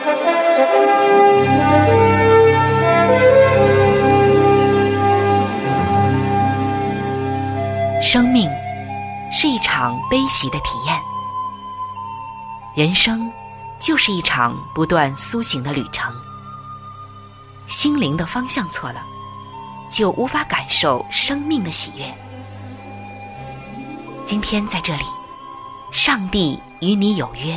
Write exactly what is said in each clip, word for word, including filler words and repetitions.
生命是一场悲喜的体验，人生就是一场不断苏醒的旅程。心灵的方向错了，就无法感受生命的喜悦。今天在这里，上帝与你有约。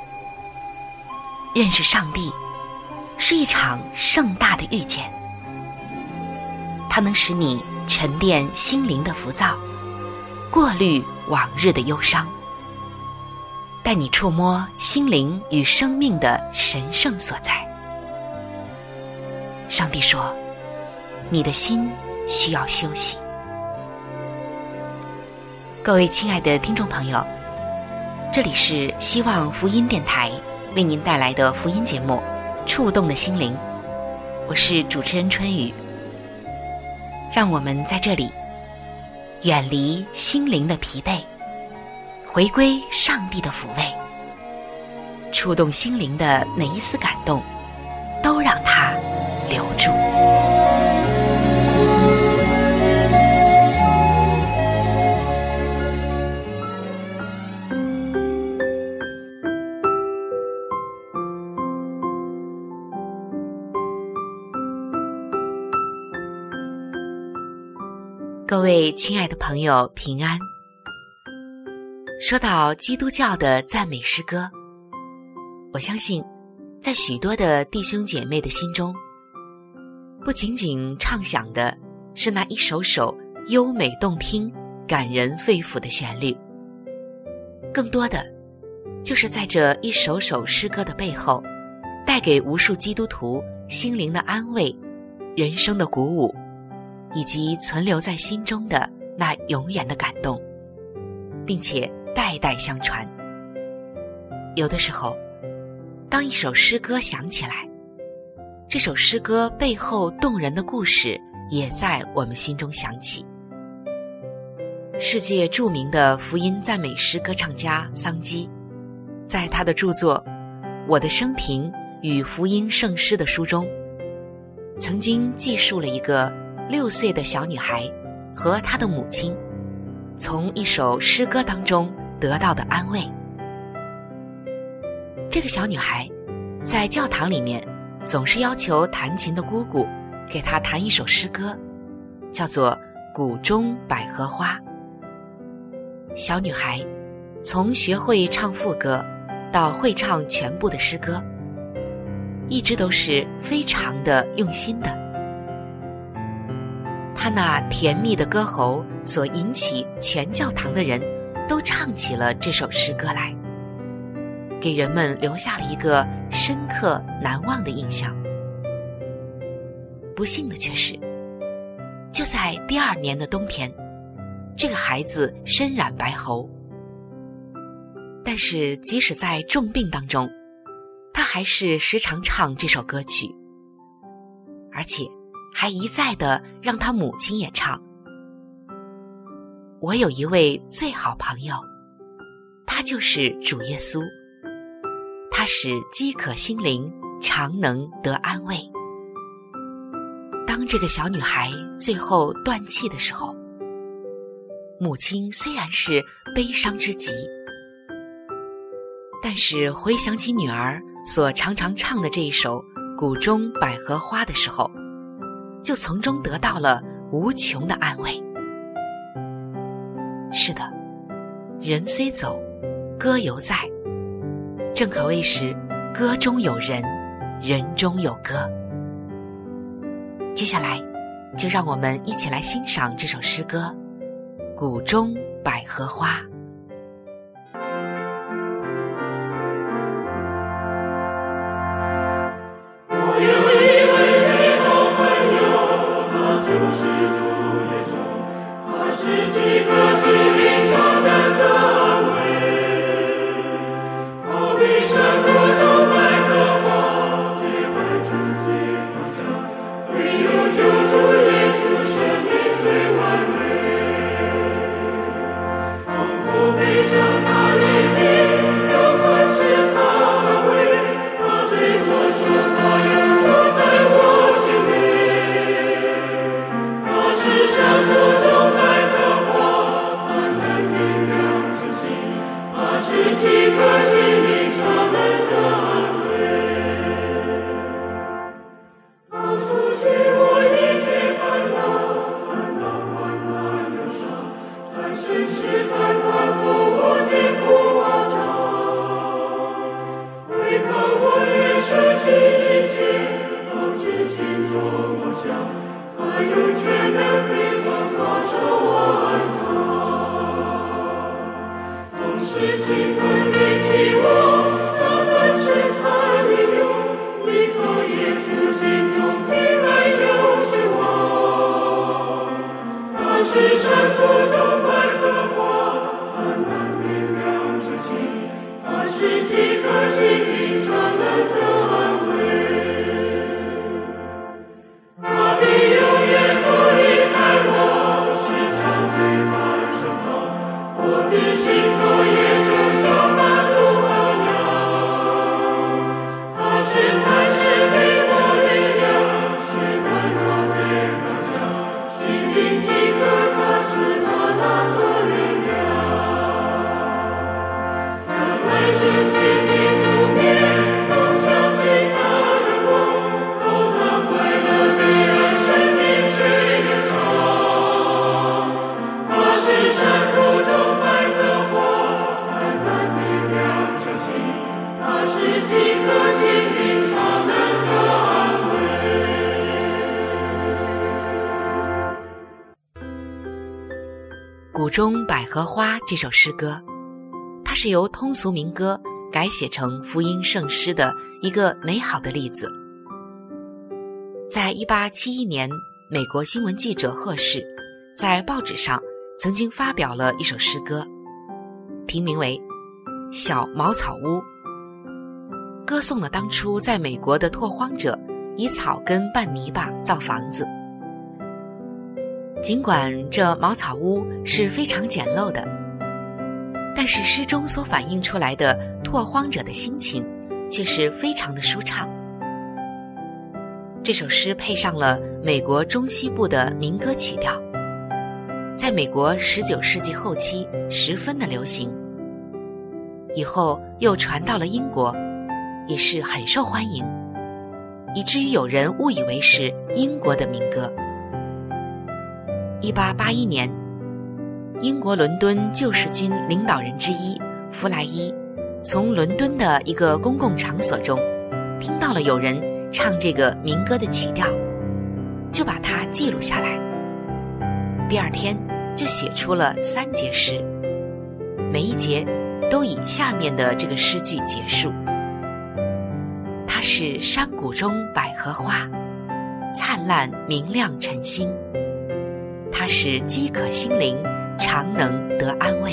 认识上帝是一场盛大的遇见，它能使你沉淀心灵的浮躁，过滤往日的忧伤，带你触摸心灵与生命的神圣所在。上帝说，你的心需要休息。各位亲爱的听众朋友，这里是希望福音电台为您带来的福音节目《触动的心灵》，我是主持人春雨。让我们在这里远离心灵的疲惫，回归上帝的抚慰，触动心灵的每一丝感动，都让它留住。各位亲爱的朋友，平安。说到基督教的赞美诗歌，我相信在许多的弟兄姐妹的心中，不仅仅唱响的是那一首首优美动听、感人肺腑的旋律，更多的就是在这一首首诗歌的背后，带给无数基督徒心灵的安慰、人生的鼓舞，以及存留在心中的那永远的感动，并且代代相传。有的时候，当一首诗歌响起来，这首诗歌背后动人的故事也在我们心中响起。世界著名的福音赞美诗歌唱家桑基，在他的著作《我的生平与福音圣诗》的书中，曾经记述了一个六岁的小女孩和她的母亲从一首诗歌当中得到的安慰。这个小女孩在教堂里面总是要求弹琴的姑姑给她弹一首诗歌，叫做《谷中百合花》。小女孩从学会唱副歌到会唱全部的诗歌，一直都是非常的用心的。他那甜蜜的歌喉所引起全教堂的人都唱起了这首诗歌来，给人们留下了一个深刻难忘的印象。不幸的却是，就在第二年的冬天，这个孩子身染白喉。但是即使在重病当中，他还是时常唱这首歌曲，而且还一再的让他母亲也唱。我有一位最好朋友，他就是主耶稣，他使饥渴心灵常能得安慰。当这个小女孩最后断气的时候，母亲虽然是悲伤之极，但是回想起女儿所常常唱的这一首《谷中百合花》的时候，就从中得到了无穷的安慰。是的，人虽走，歌犹在，正可谓是歌中有人，人中有歌。接下来就让我们一起来欣赏这首诗歌《谷中百合花》。 Oh 想，他有全能的光保守我安康。总是尽管离弃我，撒旦试探利用，依靠耶稣心中平安有希望。他是山谷中百合花，灿烂明亮之际，他是饥渴心灵常人的安慰。他必永远不离开我，时常陪伴身旁，我必信靠耶稣效法主榜样。他是磐石给我力量，是担当的高墙，心灵饥渴，他是他那作力量。将来世天天主面，梦想极大的光，都那快乐的爱生命岁月长。他是山谷中百合花，灿烂明亮之际，他是饥渴心灵常人的安慰。 谷中百合花这首诗歌，它是由通俗民歌改写成福音圣诗的一个美好的例子。在一八七一年，美国新闻记者赫氏在报纸上曾经发表了一首诗歌，题名为《小茅草屋》，歌颂了当初在美国的拓荒者以草根拌泥巴造房子。尽管这茅草屋是非常简陋的，但是诗中所反映出来的拓荒者的心情却是非常的舒畅。这首诗配上了美国中西部的民歌曲调，在美国十九世纪后期十分的流行，以后又传到了英国，也是很受欢迎，以至于有人误以为是英国的民歌。一八八一年，英国伦敦救世军领导人之一弗莱伊从伦敦的一个公共场所中听到了有人唱这个民歌的曲调，就把它记录下来。第二天就写出了三节诗，每一节都以下面的这个诗句结束：它是山谷中百合花，灿烂明亮晨星，它使饥渴心灵常能得安慰。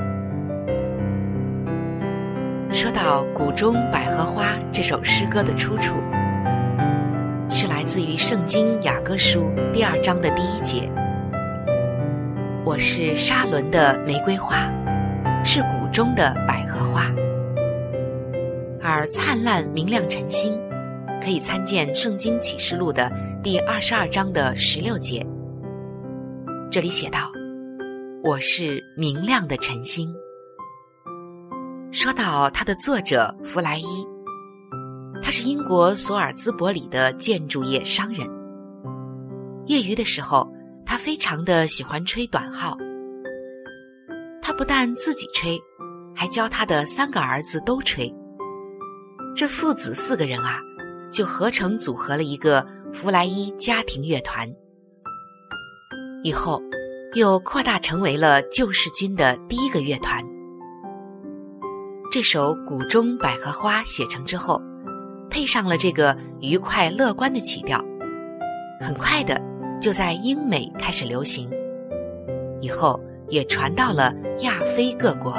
说到谷中百合花这首诗歌的出处，是来自于圣经雅歌书第二章的第一节：我是沙伦的玫瑰花，是谷中的百合花。而灿烂明亮晨星可以参见圣经启示录的第二十二章的十六节，这里写道：我是明亮的晨星。说到它的作者弗莱伊，他是英国索尔兹伯里的建筑业商人。业余的时候，他非常的喜欢吹短号。他不但自己吹，还教他的三个儿子都吹。这父子四个人啊，就合成组合了一个弗莱伊家庭乐团。以后又扩大成为了救世军的第一个乐团。这首《谷中百合花》写成之后，配上了这个愉快乐观的曲调，很快的就在英美开始流行，以后也传到了亚非各国。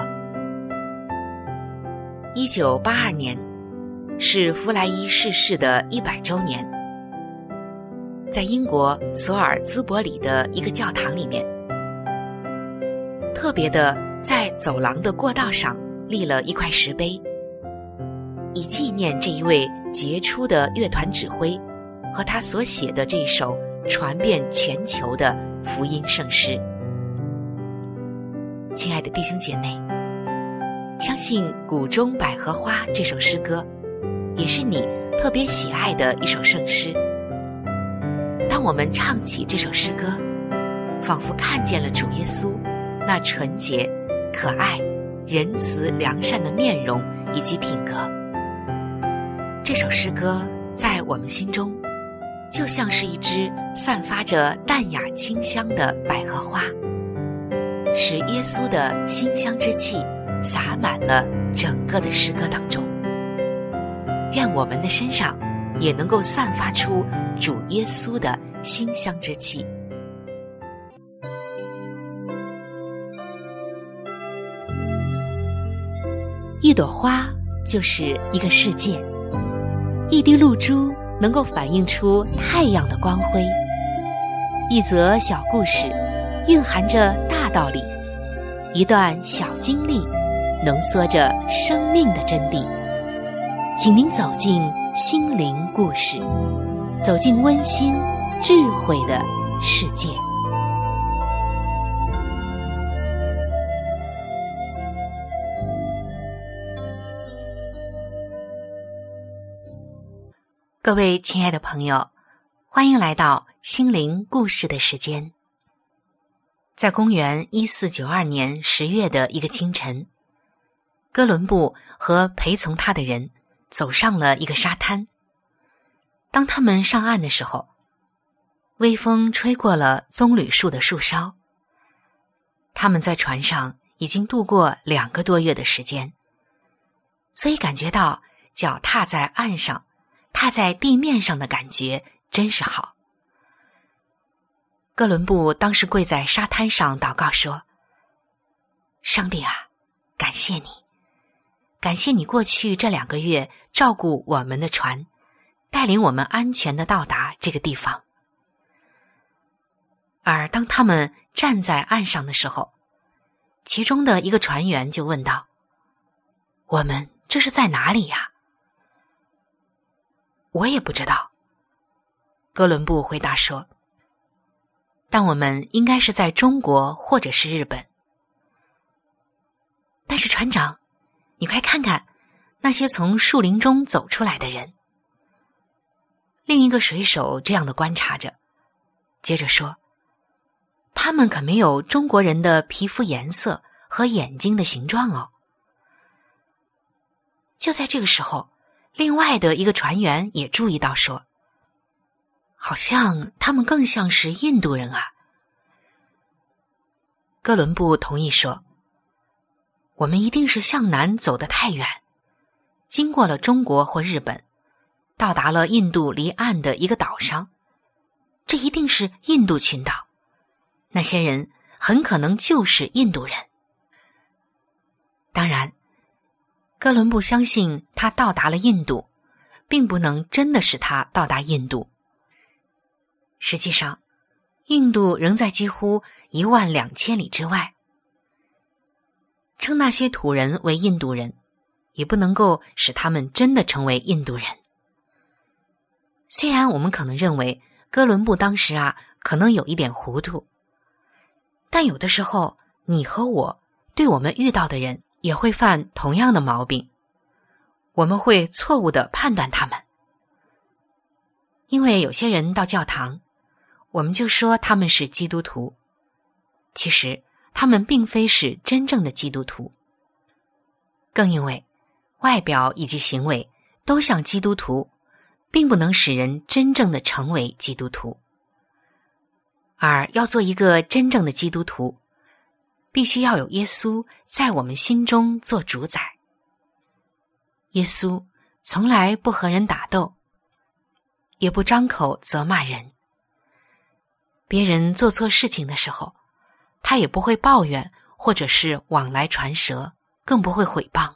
一九八二年是弗莱伊逝世的一百周年，在英国索尔兹伯里的一个教堂里面，特别的在走廊的过道上立了一块石碑，以纪念这一位杰出的乐团指挥和他所写的这首传遍全球的福音圣诗。亲爱的弟兄姐妹，相信《谷中百合花》这首诗歌也是你特别喜爱的一首圣诗。当我们唱起这首诗歌，仿佛看见了主耶稣那纯洁、可爱、仁慈、良善的面容以及品格。这首诗歌在我们心中就像是一支散发着淡雅清香的百合花，使耶稣的馨香之气洒满了整个的诗歌当中。愿我们的身上也能够散发出主耶稣的馨香之气。一朵花就是一个世界，一滴露珠能够反映出太阳的光辉，一则小故事蕴含着大道理，一段小经历浓缩着生命的真谛。请您走进心灵故事，走进温馨智慧的世界。各位亲爱的朋友，欢迎来到心灵故事的时间。在公元一四九二年十月的一个清晨，哥伦布和陪从他的人走上了一个沙滩。当他们上岸的时候，微风吹过了棕榈树的树梢。他们在船上已经度过两个多月的时间，所以感觉到脚踏在岸上踏在地面上的感觉真是好。哥伦布当时跪在沙滩上祷告说：上帝啊，感谢你，感谢你过去这两个月照顾我们的船，带领我们安全地到达这个地方。而当他们站在岸上的时候，其中的一个船员就问道：我们这是在哪里呀？我也不知道，哥伦布回答说，但我们应该是在中国或者是日本。但是船长，你快看看那些从树林中走出来的人。另一个水手这样的观察着，接着说，他们可没有中国人的皮肤颜色和眼睛的形状哦。就在这个时候，另外的一个船员也注意到说，好像他们更像是印度人啊。哥伦布同意说，我们一定是向南走得太远，经过了中国或日本，到达了印度离岸的一个岛上，这一定是印度群岛，那些人很可能就是印度人。当然，哥伦布相信他到达了印度，并不能真的使他到达印度。实际上，印度仍在几乎一万两千里之外。称那些土人为印度人，也不能够使他们真的成为印度人。虽然我们可能认为哥伦布当时啊，可能有一点糊涂，但有的时候，你和我对我们遇到的人也会犯同样的毛病，我们会错误地判断他们。因为有些人到教堂，我们就说他们是基督徒，其实他们并非是真正的基督徒。更因为外表以及行为都像基督徒，并不能使人真正的成为基督徒。而要做一个真正的基督徒，必须要有耶稣在我们心中做主宰。耶稣从来不和人打斗，也不张口责骂人。别人做错事情的时候，他也不会抱怨或者是往来传舌，更不会毁谤。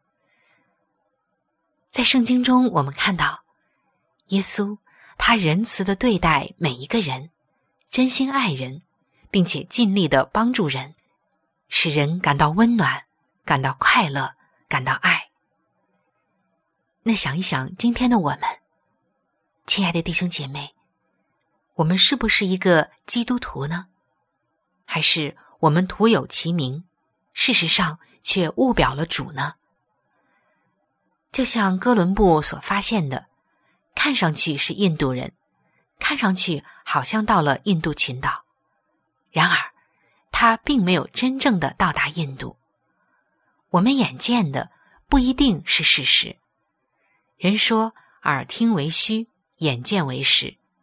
在圣经中我们看到，耶稣他仁慈地对待每一个人，真心爱人，并且尽力地帮助人，使人感到温暖，感到快乐，感到爱。那想一想今天的我们，亲爱的弟兄姐妹，我们是不是一个基督徒呢？还是我们徒有其名，事实上却误表了主呢？就像哥伦布所发现的，看上去是印度人，看上去好像到了印度群岛，然而他并没有真正的到达印度。我们眼见的不一定是事实。人说耳听为虚，眼见为实，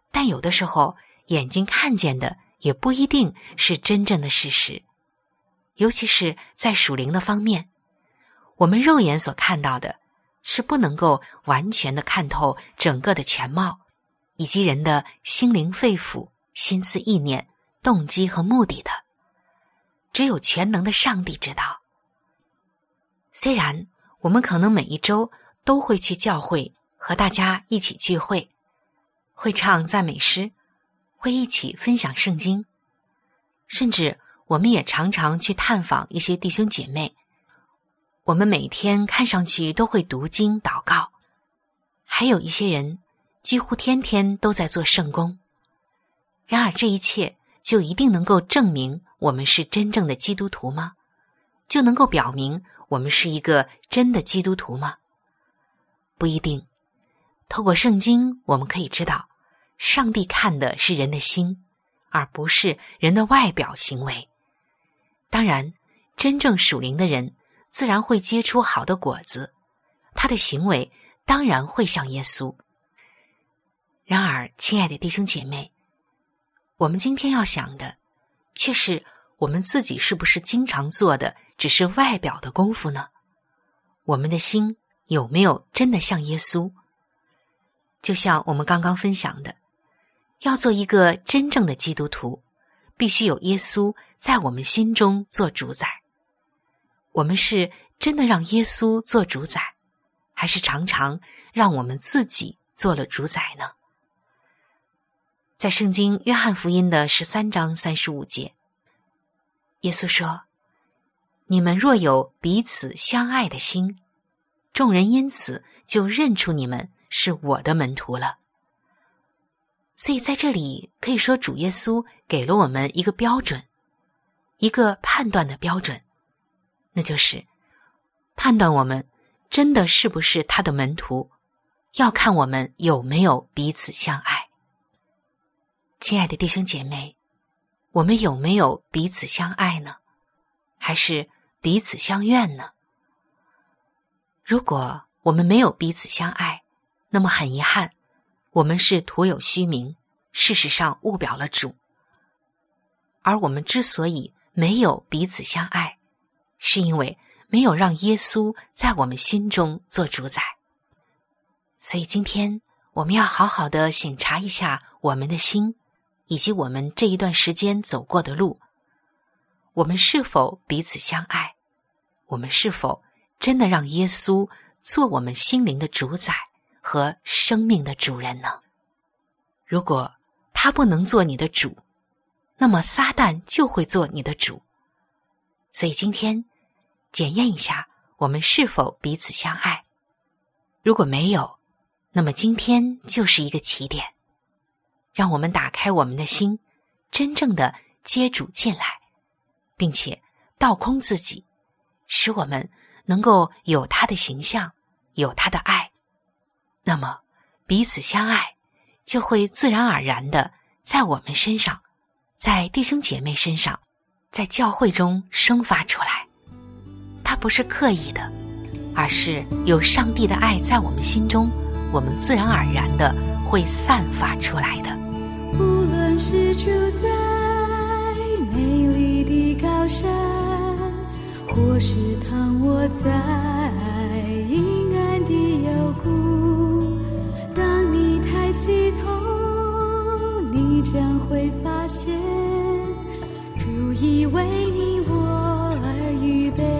但有的时候眼睛看见的也不一定是真正的事实，尤其是在属灵的方面，我们肉眼所看到的是不能够完全的看透整个的全貌，以及人的心灵肺腑、心思意念、动机和目的的。只有全能的上帝知道。虽然我们可能每一周都会去教会和大家一起聚会，会唱赞美诗，会一起分享圣经，甚至我们也常常去探访一些弟兄姐妹，我们每天看上去都会读经祷告，还有一些人几乎天天都在做圣工。然而这一切就一定能够证明我们是真正的基督徒吗？就能够表明我们是一个真的基督徒吗？不一定。透过圣经，我们可以知道，上帝看的是人的心，而不是人的外表行为。当然，真正属灵的人自然会结出好的果子，他的行为当然会像耶稣。然而，亲爱的弟兄姐妹，我们今天要想的却是我们自己是不是经常做的只是外表的功夫呢？我们的心有没有真的像耶稣？就像我们刚刚分享的，要做一个真正的基督徒，必须有耶稣在我们心中做主宰。我们是真的让耶稣做主宰，还是常常让我们自己做了主宰呢？在圣经约翰福音的十三章三十五节，耶稣说：你们若有彼此相爱的心，众人因此就认出你们是我的门徒了。所以在这里可以说，主耶稣给了我们一个标准，一个判断的标准，那就是判断我们真的是不是他的门徒，要看我们有没有彼此相爱。亲爱的弟兄姐妹，我们有没有彼此相爱呢？还是彼此相怨呢？如果我们没有彼此相爱，那么很遗憾，我们是徒有虚名，事实上误表了主。而我们之所以没有彼此相爱，是因为没有让耶稣在我们心中做主宰。所以今天我们要好好的审查一下我们的心，以及我们这一段时间走过的路，我们是否彼此相爱？我们是否真的让耶稣做我们心灵的主宰和生命的主人呢？如果他不能做你的主，那么撒旦就会做你的主。所以今天检验一下我们是否彼此相爱。如果没有，那么今天就是一个起点，让我们打开我们的心，真正的接主进来，并且倒空自己，使我们能够有他的形象，有他的爱。那么彼此相爱就会自然而然的在我们身上，在弟兄姐妹身上，在教会中生发出来。它不是刻意的，而是有上帝的爱在我们心中，我们自然而然的会散发出来的。 无论是住在美丽的高山，或是躺卧在阴暗的幽谷，当你抬起头，你将会发现主已为你我而预备。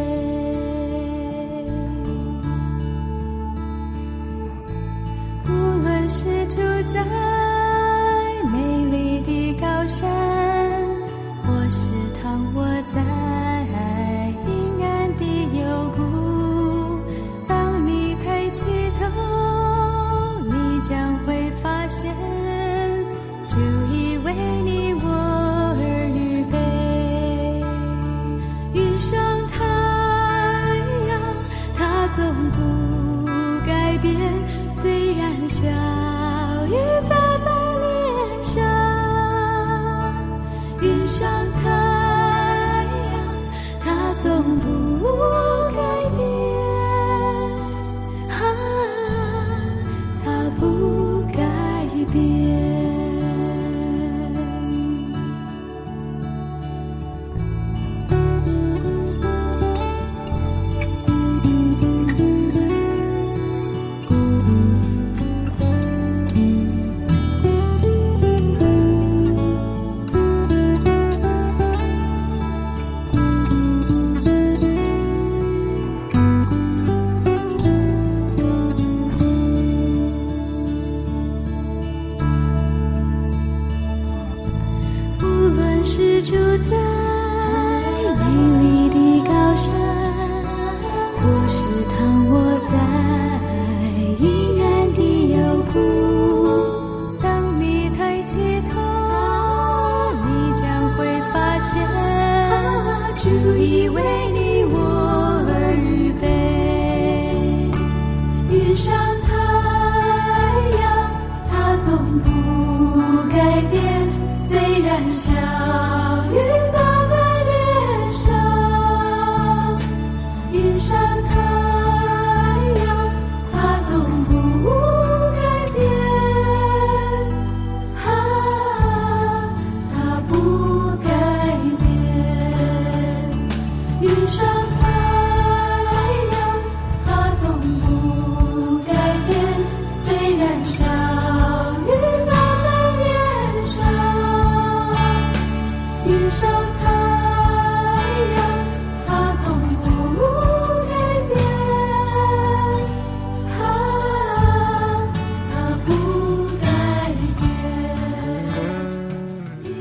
无论是住在美丽的高山，或是躺卧在阴暗的幽谷，当你抬起头，你将会发现主已为你我而预备。云上太阳，它总不改变，虽然小雨洒在脸上，云上太阳，它总不改变，啊，它不改变。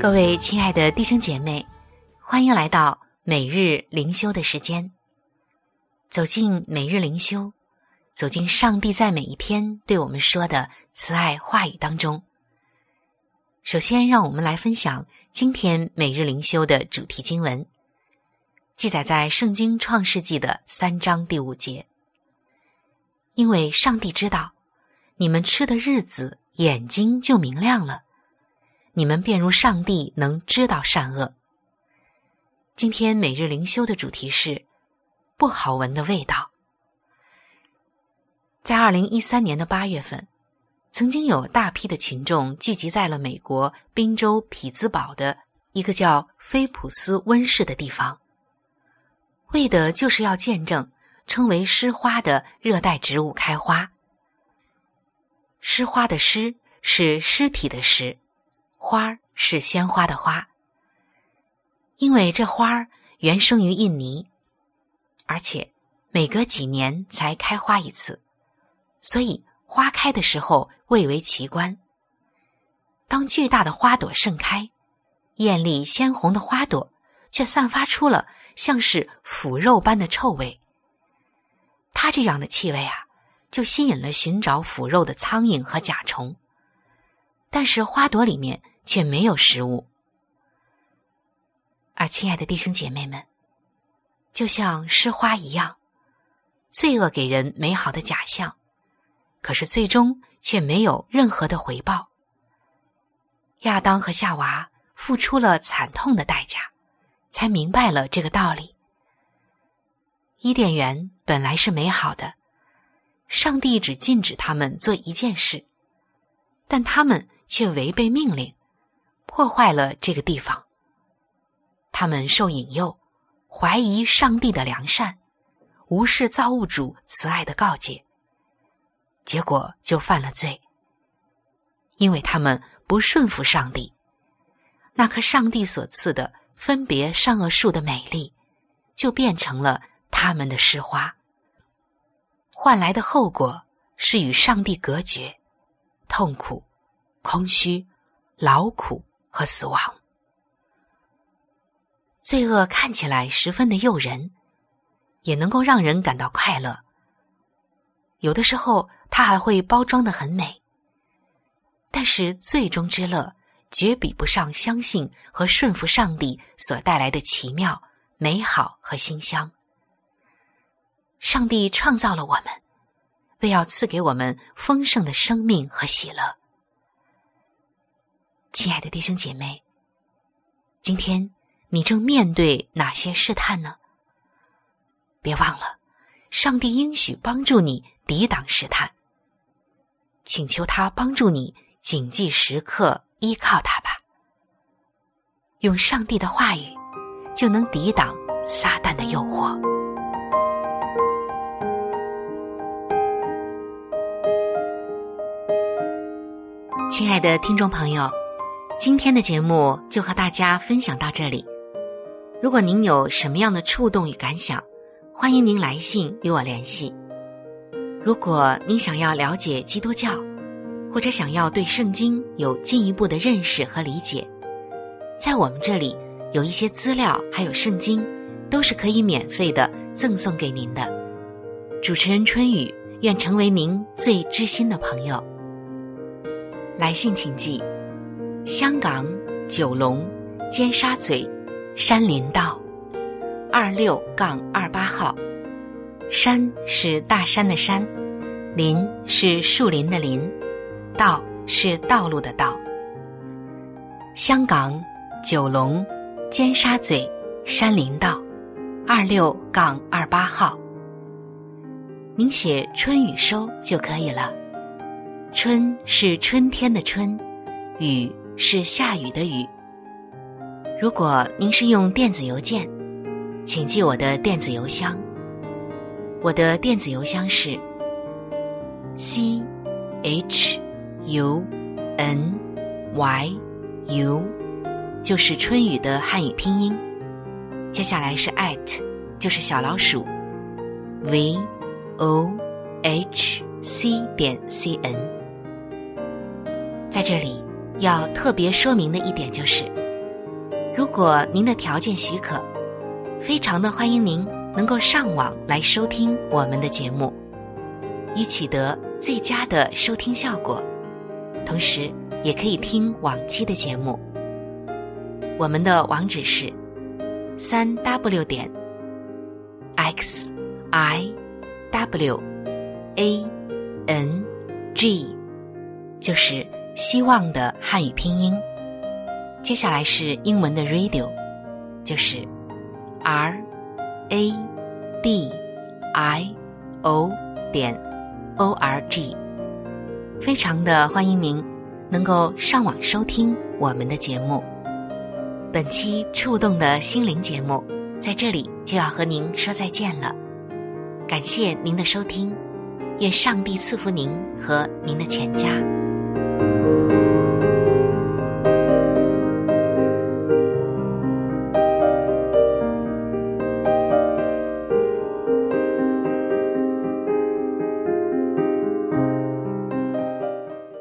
各位亲爱的弟兄姐妹，欢迎来到每日灵修的时间。走进每日灵修，走进上帝在每一天对我们说的慈爱话语当中。首先让我们来分享今天每日灵修的主题经文，记载在圣经创世纪的三章第五节。因为上帝知道，你们吃的日子眼睛就明亮了，你们便如上帝能知道善恶。今天每日灵修的主题是不好闻的味道。在二零一三年的八月份，曾经有大批的群众聚集在了美国宾州匹兹堡的一个叫菲普斯温室的地方，为的就是要见证称为狮花的热带植物开花。狮花的狮是尸体的尸，花是鲜花的花。因为这花原生于印尼，而且每隔几年才开花一次，所以花开的时候蔚为奇观。当巨大的花朵盛开，艳丽鲜红的花朵却散发出了像是腐肉般的臭味。它这样的气味啊，就吸引了寻找腐肉的苍蝇和甲虫，但是花朵里面却没有食物。而亲爱的弟兄姐妹们，就像狮花一样，罪恶给人美好的假象，可是最终却没有任何的回报。亚当和夏娃付出了惨痛的代价，才明白了这个道理。伊甸园本来是美好的，上帝只禁止他们做一件事，但他们却违背命令，破坏了这个地方。他们受引诱，怀疑上帝的良善，无视造物主慈爱的告诫，结果就犯了罪。因为他们不顺服上帝，那棵上帝所赐的分别善恶树的美丽，就变成了他们的狮花。换来的后果是与上帝隔绝，痛苦、空虚、劳苦和死亡。罪恶看起来十分的诱人，也能够让人感到快乐。有的时候它还会包装得很美，但是最终之乐绝比不上相信和顺服上帝所带来的奇妙、美好和馨香。上帝创造了我们，为要赐给我们丰盛的生命和喜乐。亲爱的弟兄姐妹，今天你正面对哪些试探呢？别忘了，上帝应许帮助你抵挡试探，请求他帮助你谨记时刻依靠他吧。用上帝的话语，就能抵挡撒旦的诱惑。亲爱的听众朋友，今天的节目就和大家分享到这里。如果您有什么样的触动与感想，欢迎您来信与我联系。如果您想要了解基督教，或者想要对圣经有进一步的认识和理解，在我们这里有一些资料还有圣经，都是可以免费的赠送给您的。主持人春雨愿成为您最知心的朋友。来信请寄香港九龙尖沙咀山林道二六杠二八号，山是大山的山，林是树林的林，道是道路的道。香港九龙尖沙咀山林道二六杠二八号，您写春雨收就可以了。春是春天的春，雨是下雨的雨。如果您是用电子邮件，请记我的电子邮箱。我的电子邮箱是 c h u n y u， 就是春雨的汉语拼音，接下来是 at， 就是小老鼠 v o h c 点 c n。在这里要特别说明的一点就是， 如果您的条件许可，非常的欢迎您能够上网来收听我们的节目，以取得最佳的收听效果，同时也可以听往期的节目。我们的网址是 三 w 点 x i w a n g， 就是希望的汉语拼音。接下来是英文的 radio， 就是 r a d i o 点 o r g。 非常的欢迎您能够上网收听我们的节目。本期触动的心灵节目在这里就要和您说再见了，感谢您的收听，愿上帝赐福您和您的全家。